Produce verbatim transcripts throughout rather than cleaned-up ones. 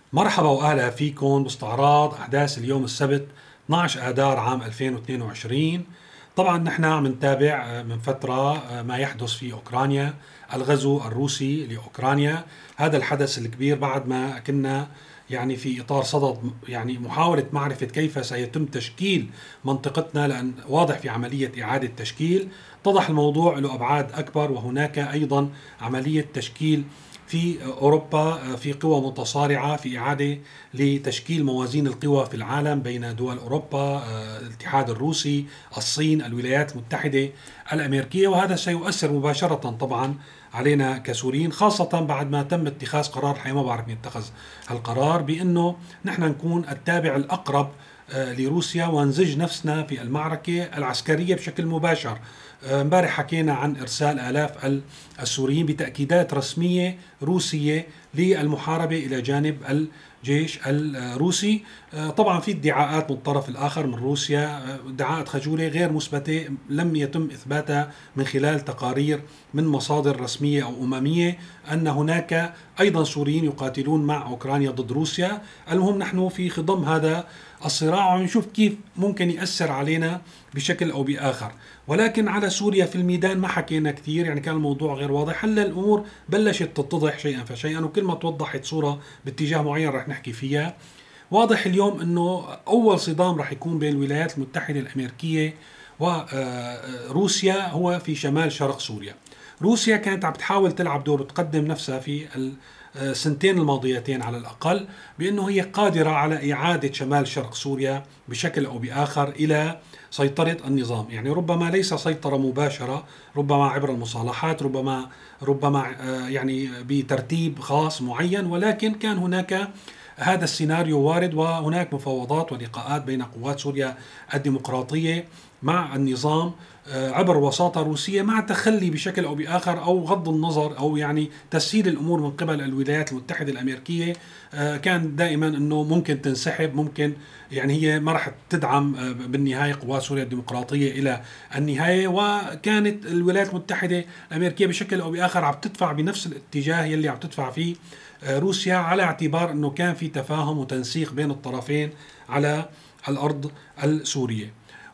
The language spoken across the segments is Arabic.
مرحبا وأهلا فيكم باستعراض أحداث اليوم السبت اثني عشر آذار عام ألفين واثنين وعشرين. طبعا نحن عم نتابع من فترة ما يحدث في أوكرانيا، الغزو الروسي لأوكرانيا. هذا الحدث الكبير بعد ما كنا يعني في إطار صدد يعني محاولة معرفة كيف سيتم تشكيل منطقتنا، لأن واضح في عملية إعادة تشكيل اتضح الموضوع له أبعاد أكبر، وهناك أيضا عملية تشكيل في أوروبا، في قوى متصارعة في إعادة لتشكيل موازين القوى في العالم بين دول أوروبا، الاتحاد الروسي، الصين، الولايات المتحدة الأمريكية. وهذا سيؤثر مباشرة طبعا علينا كسوريين، خاصة بعد ما تم اتخاذ قرار، الحقيقة ما بعرف مين اتخذ هالقرار، بأنه نحن نكون التابع الأقرب لروسيا ونزج نفسنا في المعركة العسكرية بشكل مباشر. امبارح حكينا عن إرسال آلاف السوريين بتأكيدات رسمية روسية للمحاربة إلى جانب الجيش الروسي. طبعا في ادعاءات من الطرف الآخر من روسيا، ادعاءات خجولة غير مثبتة لم يتم إثباتها من خلال تقارير من مصادر رسمية أو أممية أن هناك أيضا سوريين يقاتلون مع أوكرانيا ضد روسيا. المهم نحن في خضم هذا الصراع ونشوف كيف ممكن يأثر علينا بشكل أو بآخر. ولكن على سوريا في الميدان ما حكينا كثير، يعني كان الموضوع غير واضح. هلا الأمور بلشت تتضح شيئا فشيئا، وكل ما توضحت صورة باتجاه معين رح نحكي فيها. واضح اليوم أنه أول صدام رح يكون بين الولايات المتحدة الأمريكية وروسيا هو في شمال شرق سوريا. روسيا كانت عم تحاول تلعب دور وتقدم نفسها في السنتين الماضيتين على الأقل بأنه هي قادرة على إعادة شمال شرق سوريا بشكل أو بآخر إلى سيطرة النظام، يعني ربما ليس سيطرة مباشرة، ربما عبر المصالحات، ربما ربما يعني بترتيب خاص معين، ولكن كان هناك هذا السيناريو وارد، وهناك مفاوضات ولقاءات بين قوات سوريا الديمقراطية مع النظام عبر وساطة روسية، مع تخلي بشكل أو بآخر أو غض النظر أو يعني تسهيل الأمور من قبل الولايات المتحدة الأمريكية. كان دائما أنه ممكن تنسحب، ممكن يعني هي ما راح تدعم بالنهاية قوات سوريا الديمقراطية إلى النهاية. وكانت الولايات المتحدة الأمريكية بشكل أو بآخر عم تدفع بنفس الاتجاه يلي عم تدفع فيه روسيا، على اعتبار أنه كان في تفاهم وتنسيق بين الطرفين على الأرض السورية.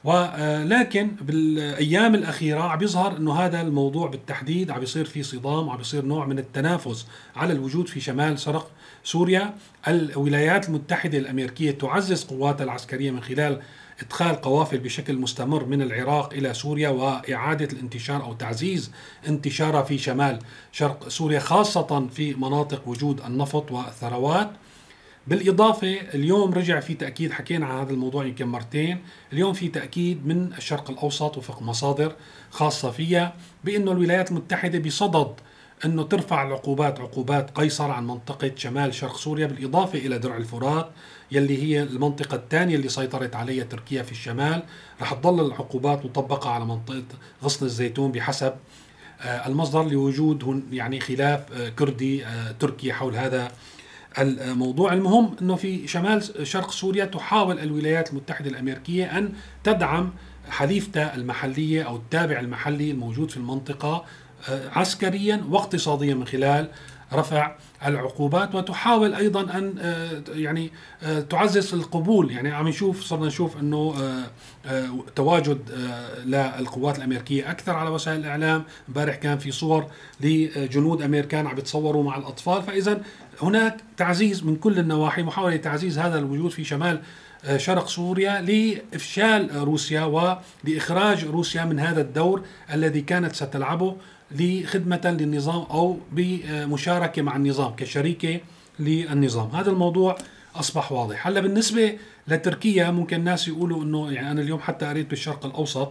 ولكن بالايام الاخيره عم يظهر انه هذا الموضوع بالتحديد عم يصير في صدام، عم يصير نوع من التنافس على الوجود في شمال شرق سوريا. الولايات المتحده الامريكيه تعزز قواتها العسكريه من خلال ادخال قوافل بشكل مستمر من العراق الى سوريا، واعاده الانتشار او تعزيز انتشارها في شمال شرق سوريا، خاصه في مناطق وجود النفط والثروات. بالإضافة اليوم رجع في تأكيد، حكينا عن هذا الموضوع يمكن مرتين، اليوم في تأكيد من الشرق الأوسط وفق مصادر خاصة فيها بأنه الولايات المتحدة بصدد أنه ترفع العقوبات، عقوبات قيصر، عن منطقة شمال شرق سوريا، بالإضافة إلى درع الفرات يلي هي المنطقة الثانية اللي سيطرت عليها تركيا في الشمال. رح تظل العقوبات مطبقة على منطقة غصن الزيتون بحسب المصدر، لوجود يعني خلاف كردي تركي حول هذا الموضوع. المهم أنه في شمال شرق سوريا تحاول الولايات المتحدة الأمريكية أن تدعم حليفتها المحلية أو التابع المحلي الموجود في المنطقة عسكريا واقتصاديا من خلال رفع العقوبات، وتحاول أيضا أن يعني تعزز القبول. يعني عم نشوف، صرنا نشوف أنه تواجد للقوات الأمريكية أكثر على وسائل الإعلام. امبارح كان في صور لجنود أمريكان عم بيتصوروا مع الأطفال. فإذا هناك تعزيز من كل النواحي، محاولة تعزيز هذا الوجود في شمال شرق سوريا لإفشال روسيا ولإخراج روسيا من هذا الدور الذي كانت ستلعبه لخدمة للنظام أو بمشاركة مع النظام كشريكة للنظام. هذا الموضوع أصبح واضح. هلا بالنسبة لتركيا ممكن الناس يقولوا أنه، يعني أنا اليوم حتى قريت بالشرق الأوسط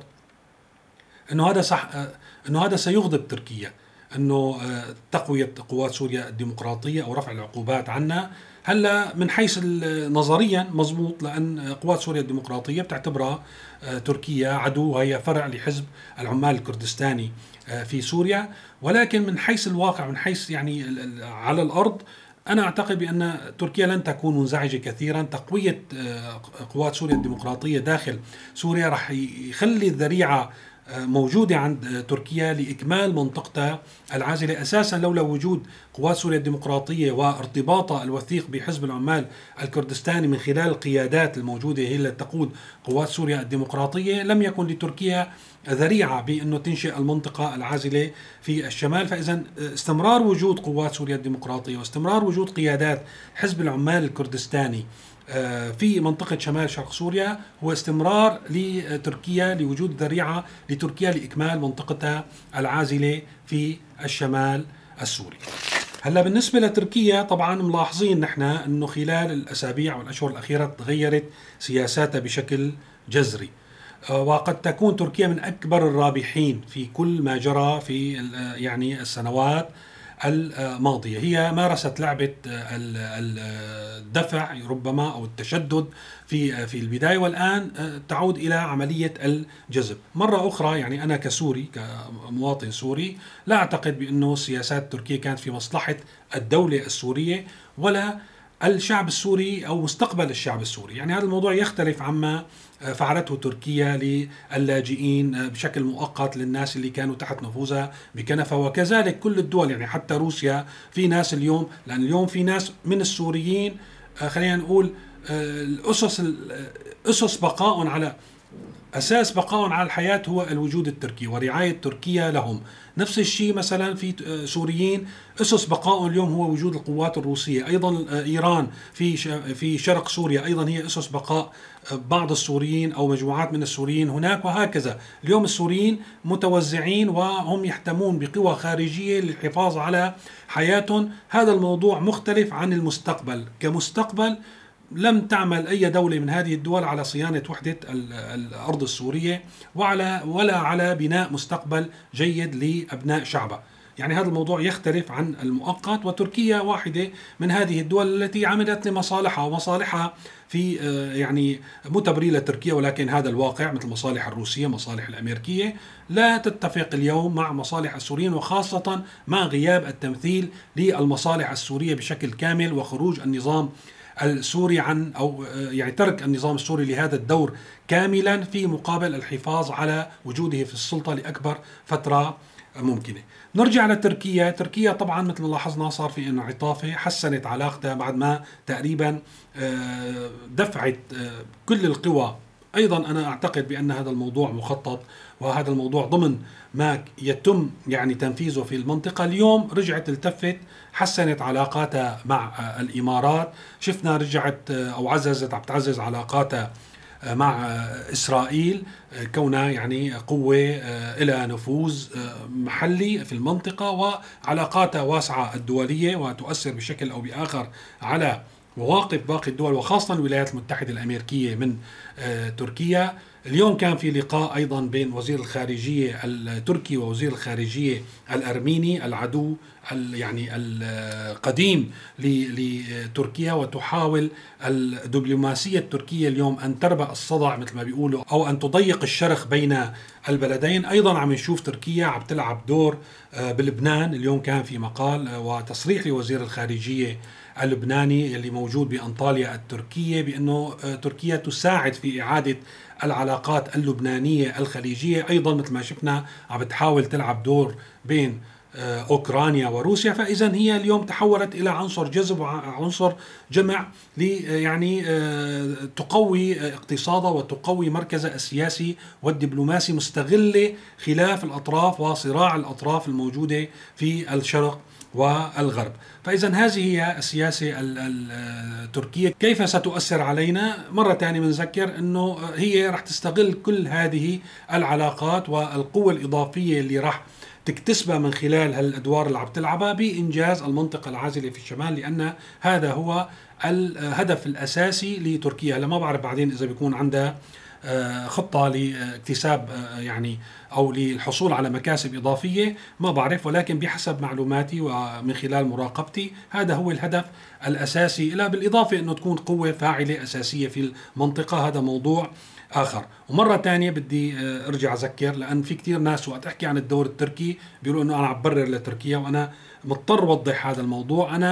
أنه هذا صح، أنه هذا سيغضب تركيا، أنه تقوية قوات سوريا الديمقراطية أو رفع العقوبات عنها. هلا من حيث نظريا مزبوط، لأن قوات سوريا الديمقراطية بتعتبرها تركيا عدو، وهي فرع لحزب العمال الكردستاني في سوريا. ولكن من حيث الواقع، من حيث يعني على الأرض، أنا أعتقد بأن تركيا لن تكون منزعجة كثيرا. تقوية قوات سوريا الديمقراطية داخل سوريا رح يخلي الذريعة موجودة عند تركيا لإكمال منطقتها العازلة أساسا لولا وجود قوات سوريا الديمقراطية وارتباطها الوثيق بحزب العمال الكردستاني من خلال القيادات الموجودة هي التي تقود قوات سوريا الديمقراطية لم يكن لتركيا ذريعة بأنه تنشئ المنطقة العازلة في الشمال. فإذا استمرار وجود قوات سوريا الديمقراطية واستمرار وجود قيادات حزب العمال الكردستاني في منطقة شمال شرق سوريا هو استمرار لتركيا لوجود ذريعة لتركيا لإكمال منطقتها العازلة في الشمال السوري. هلا بالنسبة لتركيا طبعا ملاحظين نحن أنه خلال الأسابيع والأشهر الأخيرة تغيرت سياساتها بشكل جذري، وقد تكون تركيا من أكبر الرابحين في كل ما جرى في يعني السنوات الماضية. هي مارست لعبة الدفع ربما أو التشدد في في البداية، والآن تعود إلى عملية الجذب مرة أخرى. يعني أنا كسوري كمواطن سوري لا أعتقد بأنه السياسات التركية كانت في مصلحة الدولة السورية ولا الشعب السوري أو مستقبل الشعب السوري. يعني هذا الموضوع يختلف عما فعلته تركيا للاجئين بشكل مؤقت للناس اللي كانوا تحت نفوذها بكنفة، وكذلك كل الدول. يعني حتى روسيا في ناس اليوم، لأن اليوم في ناس من السوريين خلينا نقول الأسس أسس بقاء على أساس بقاء على الحياة هو الوجود التركي ورعاية تركيا لهم. نفس الشيء مثلا في سوريين أسس بقاء اليوم هو وجود القوات الروسية. أيضا إيران في في شرق سوريا أيضا هي أسس بقاء بعض السوريين أو مجموعات من السوريين هناك، وهكذا. اليوم السوريين متوزعين وهم يحتمون بقوى خارجية للحفاظ على حياتهم. هذا الموضوع مختلف عن المستقبل. كمستقبل لم تعمل أي دولة من هذه الدول على صيانة وحدة الأرض السورية وعلى ولا على بناء مستقبل جيد لأبناء شعبها. يعني هذا الموضوع يختلف عن المؤقت، وتركيا واحدة من هذه الدول التي عملت لمصالحها، ومصالحها في يعني متبري لتركيا، ولكن هذا الواقع مثل مصالح الروسية مصالح الأمريكية لا تتفق اليوم مع مصالح السوريين، وخاصة مع غياب التمثيل للمصالح السورية بشكل كامل وخروج النظام السوري عن أو يعني ترك النظام السوري لهذا الدور كاملا في مقابل الحفاظ على وجوده في السلطة لأكبر فترة ممكنة. نرجع لتركيا. تركيا طبعا مثل ما لاحظنا صار في انعطاف، حسنت علاقتها بعد ما تقريبا دفعت كل القوى. أيضا أنا أعتقد بأن هذا الموضوع مخطط، وهذا الموضوع ضمن ما يتم يعني تنفيذه في المنطقة. اليوم رجعت التفت، حسنت علاقاتها مع الإمارات، شفنا رجعت أو عززت عم تعزز علاقاتها مع إسرائيل كونها يعني قوة إلى نفوذ محلي في المنطقة، وعلاقاتها واسعة الدولية وتؤثر بشكل أو بآخر على مواقف باقي الدول، وخاصة الولايات المتحدة الأمريكية من تركيا. اليوم كان في لقاء أيضا بين وزير الخارجية التركي ووزير الخارجية الأرميني العدو يعني القديم لتركيا، وتحاول الدبلوماسية التركية اليوم أن تربأ الصدع مثل ما بيقولوا أو أن تضيق الشرخ بين البلدين. أيضا عم نشوف تركيا عم تلعب دور بلبنان. اليوم كان في مقال وتصريح لوزير الخارجية اللبناني اللي موجود بأنطاليا التركية بأنه تركيا تساعد في إعادة العلاقات اللبنانية الخليجية. أيضا مثل ما شفنا عم بتحاول تلعب دور بين أوكرانيا وروسيا. فإذا هي اليوم تحولت إلى عنصر جذب وعنصر جمع لي يعني تقوي اقتصادها وتقوي مركزها السياسي والدبلوماسي، مستغلة خلاف الأطراف وصراع الأطراف الموجودة في الشرق والغرب. فإذا هذه هي السياسة التركية. كيف ستؤثر علينا؟ مرة ثانية بنذكر أنه هي رح تستغل كل هذه العلاقات والقوة الإضافية اللي رح تكتسبها من خلال هالأدوار اللي عم تلعبها بإنجاز المنطقة العازلة في الشمال، لأن هذا هو الهدف الأساسي لتركيا. لما بعرف بعدين إذا بيكون عندها خطة لاكتساب يعني أو للحصول على مكاسب إضافية ما بعرف، ولكن بحسب معلوماتي ومن خلال مراقبتي هذا هو الهدف الأساسي، إلى بالإضافة أنه تكون قوة فاعلة أساسية في المنطقة. هذا موضوع آخر. ومرة تانية بدي أرجع أذكر، لأن في كتير ناس وقت أحكي عن الدور التركي بيقولوا أنه أنا عم برر لتركيا، وأنا مضطر أوضح هذا الموضوع. أنا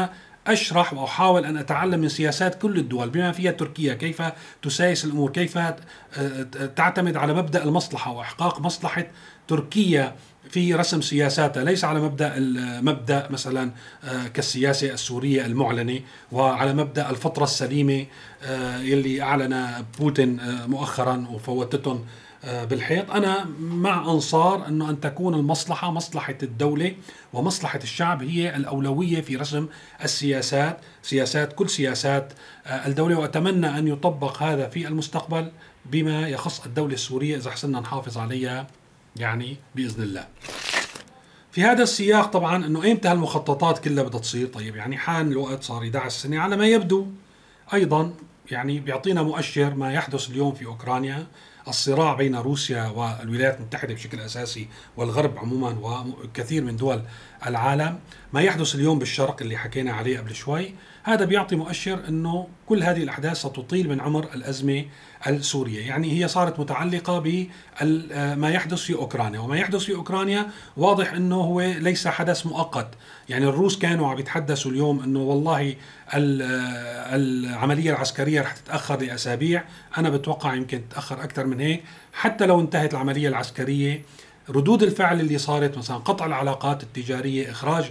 أشرح وأحاول أن أتعلم من سياسات كل الدول بما فيها تركيا، كيف تسايس الأمور، كيف تعتمد على مبدأ المصلحة وإحقاق مصلحة تركيا في رسم سياساتها، ليس على مبدأ مبدأ مثلا كالسياسة السورية المعلنة، وعلى مبدأ الفترة السليمة يلي أعلن بوتين مؤخرا وفوتتهم بالحيط. أنا مع أنصار أنه أن تكون المصلحة مصلحة الدولة ومصلحة الشعب هي الأولوية في رسم السياسات، سياسات كل سياسات الدولة، وأتمنى أن يطبق هذا في المستقبل بما يخص الدولة السورية إذا حسنا نحافظ عليها يعني بإذن الله. في هذا السياق طبعا أنه إمتى هالمخططات كلها بدها تصير؟ طيب يعني حان الوقت، صار إحدى عشر سنة على ما يبدو. أيضا يعني بيعطينا مؤشر ما يحدث اليوم في أوكرانيا، الصراع بين روسيا والولايات المتحدة بشكل أساسي والغرب عموما وكثير من دول العالم، ما يحدث اليوم بالشرق اللي حكينا عليه قبل شوي، هذا بيعطي مؤشر أنه كل هذه الأحداث ستطيل من عمر الأزمة السورية. يعني هي صارت متعلقة بما يحدث في أوكرانيا، وما يحدث في أوكرانيا واضح أنه هو ليس حدث مؤقت. يعني الروس كانوا عم يتحدثوا اليوم أنه والله العملية العسكرية رح تتأخر لأسابيع، أنا بتوقع يمكن تتأخر أكثر من هيك. حتى لو انتهت العملية العسكرية، ردود الفعل اللي صارت مثلا قطع العلاقات التجارية، إخراج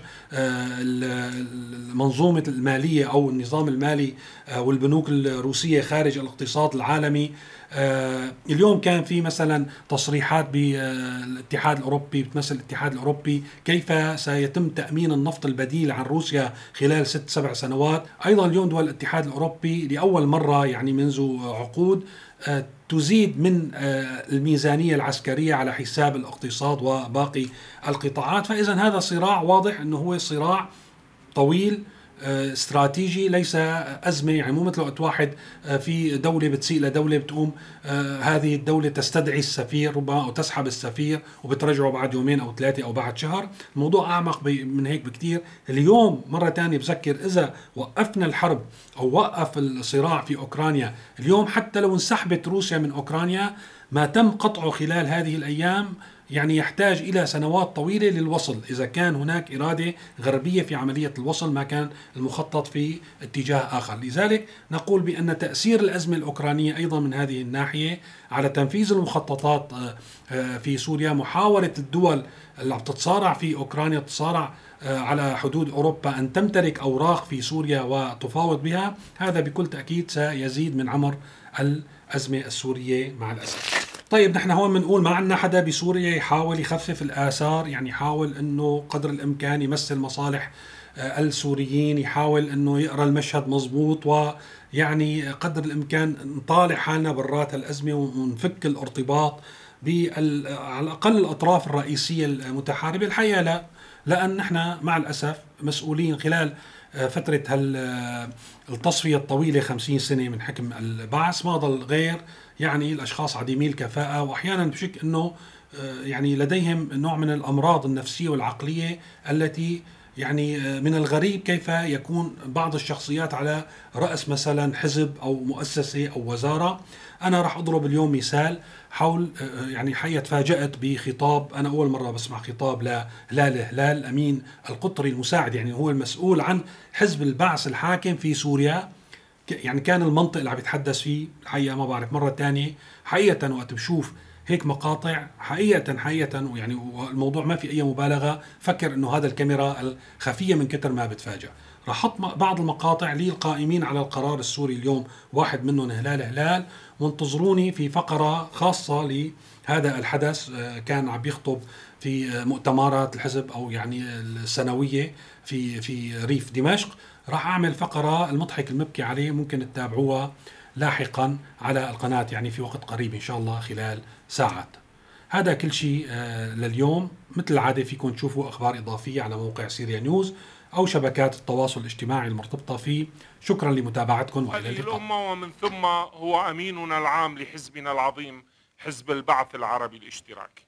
المنظومة المالية أو النظام المالي والبنوك الروسية خارج الاقتصاد العالمي. اليوم كان في مثلا تصريحات بالاتحاد الأوروبي، بتمثل الاتحاد الأوروبي كيف سيتم تأمين النفط البديل عن روسيا خلال ست سبع سنوات. أيضا اليوم دول الاتحاد الأوروبي لأول مرة يعني منذ عقود تزيد من الميزانية العسكرية على حساب الاقتصاد وباقي القطاعات. فإذا هذا صراع واضح أنه هو صراع طويل استراتيجي، ليس أزمة. يعني مو مثل وقت واحد في دولة بتسيء لدولة بتقوم هذه الدولة تستدعي السفير ربما أو تسحب السفير وبترجعه بعد يومين أو ثلاثة أو بعد شهر. الموضوع أعمق من هيك بكتير. اليوم مرة تانية بذكر، إذا وقفنا الحرب أو وقف الصراع في أوكرانيا اليوم، حتى لو انسحبت روسيا من أوكرانيا، ما تم قطعه خلال هذه الأيام يعني يحتاج إلى سنوات طويلة للوصل، إذا كان هناك إرادة غربية في عملية الوصل، ما كان المخطط في اتجاه آخر. لذلك نقول بأن تأثير الأزمة الأوكرانية أيضا من هذه الناحية على تنفيذ المخططات في سوريا، محاولة الدول اللي بتتصارع في أوكرانيا تتصارع على حدود أوروبا أن تمتلك أوراق في سوريا وتفاوض بها، هذا بكل تأكيد سيزيد من عمر الأزمة السورية مع الأسف. طيب نحن هون بنقول ما عندنا حدا بسوريا يحاول يخفف الآثار، يعني يحاول انه قدر الامكان يمثل مصالح السوريين، يحاول انه يقرا المشهد مزبوط، ويعني قدر الامكان نطالع حالنا برات الازمه ونفك الارتباط على الاقل الاطراف الرئيسيه المتحاربه. الحقيقه لا، لان نحن مع الاسف مسؤولين خلال فتره التصفيه الطويله خمسين سنه من حكم البعث، ما ضل غير يعني الأشخاص عديمي الكفاءة، وأحيانا بشك أنه يعني لديهم نوع من الأمراض النفسية والعقلية التي يعني من الغريب كيف يكون بعض الشخصيات على رأس مثلا حزب أو مؤسسة أو وزارة. أنا راح أضرب اليوم مثال حول يعني حقيقة تفاجأت بخطاب، أنا أول مرة بسمع خطاب لهلال هلال الأمين القطري المساعد، يعني هو المسؤول عن حزب البعث الحاكم في سوريا. يعني كان المنطق اللي عم يتحدث فيه الحقيقة ما بعرف مرة تانية حقيقة وقت بشوف هيك مقاطع حقيقة حقيقة ويعني الموضوع ما في أي مبالغة، فكر إنه هذا الكاميرا الخفية من كتر ما بتفاجأ. راح أحط بعض المقاطع للقائمين على القرار السوري اليوم، واحد منهم هلال هلال، وانتظروني في فقرة خاصة لهذا الحدث. كان عم يخطب في مؤتمرات الحزب أو يعني السنوية في في ريف دمشق. راح أعمل فقرة المضحك المبكي عليه، ممكن تتابعوها لاحقا على القناة يعني في وقت قريب إن شاء الله خلال ساعات. هذا كل شيء لليوم. مثل العادة فيكم تشوفوا أخبار إضافية على موقع سيريا نيوز أو شبكات التواصل الاجتماعي المرتبطة فيه. شكرا لمتابعتكم وإلى اللقاء. الأمة ومن ثم هو أميننا العام لحزبنا العظيم حزب البعث العربي الاشتراكي.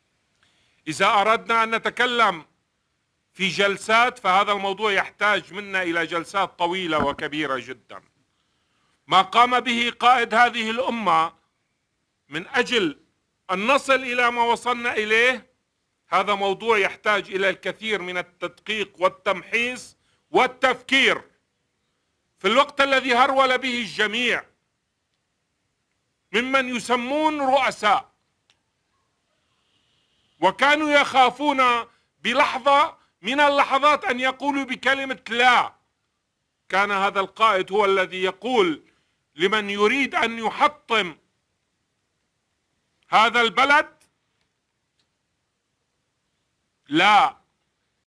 إذا أردنا أن نتكلم في جلسات فهذا الموضوع يحتاج منا إلى جلسات طويلة وكبيرة جدا. ما قام به قائد هذه الأمة من أجل أن نصل إلى ما وصلنا إليه، هذا موضوع يحتاج إلى الكثير من التدقيق والتمحيص والتفكير. في الوقت الذي هرول به الجميع ممن يسمون رؤساء وكانوا يخافون بلحظة من اللحظات أن يقولوا بكلمة لا، كان هذا القائد هو الذي يقول لمن يريد أن يحطم هذا البلد: لا،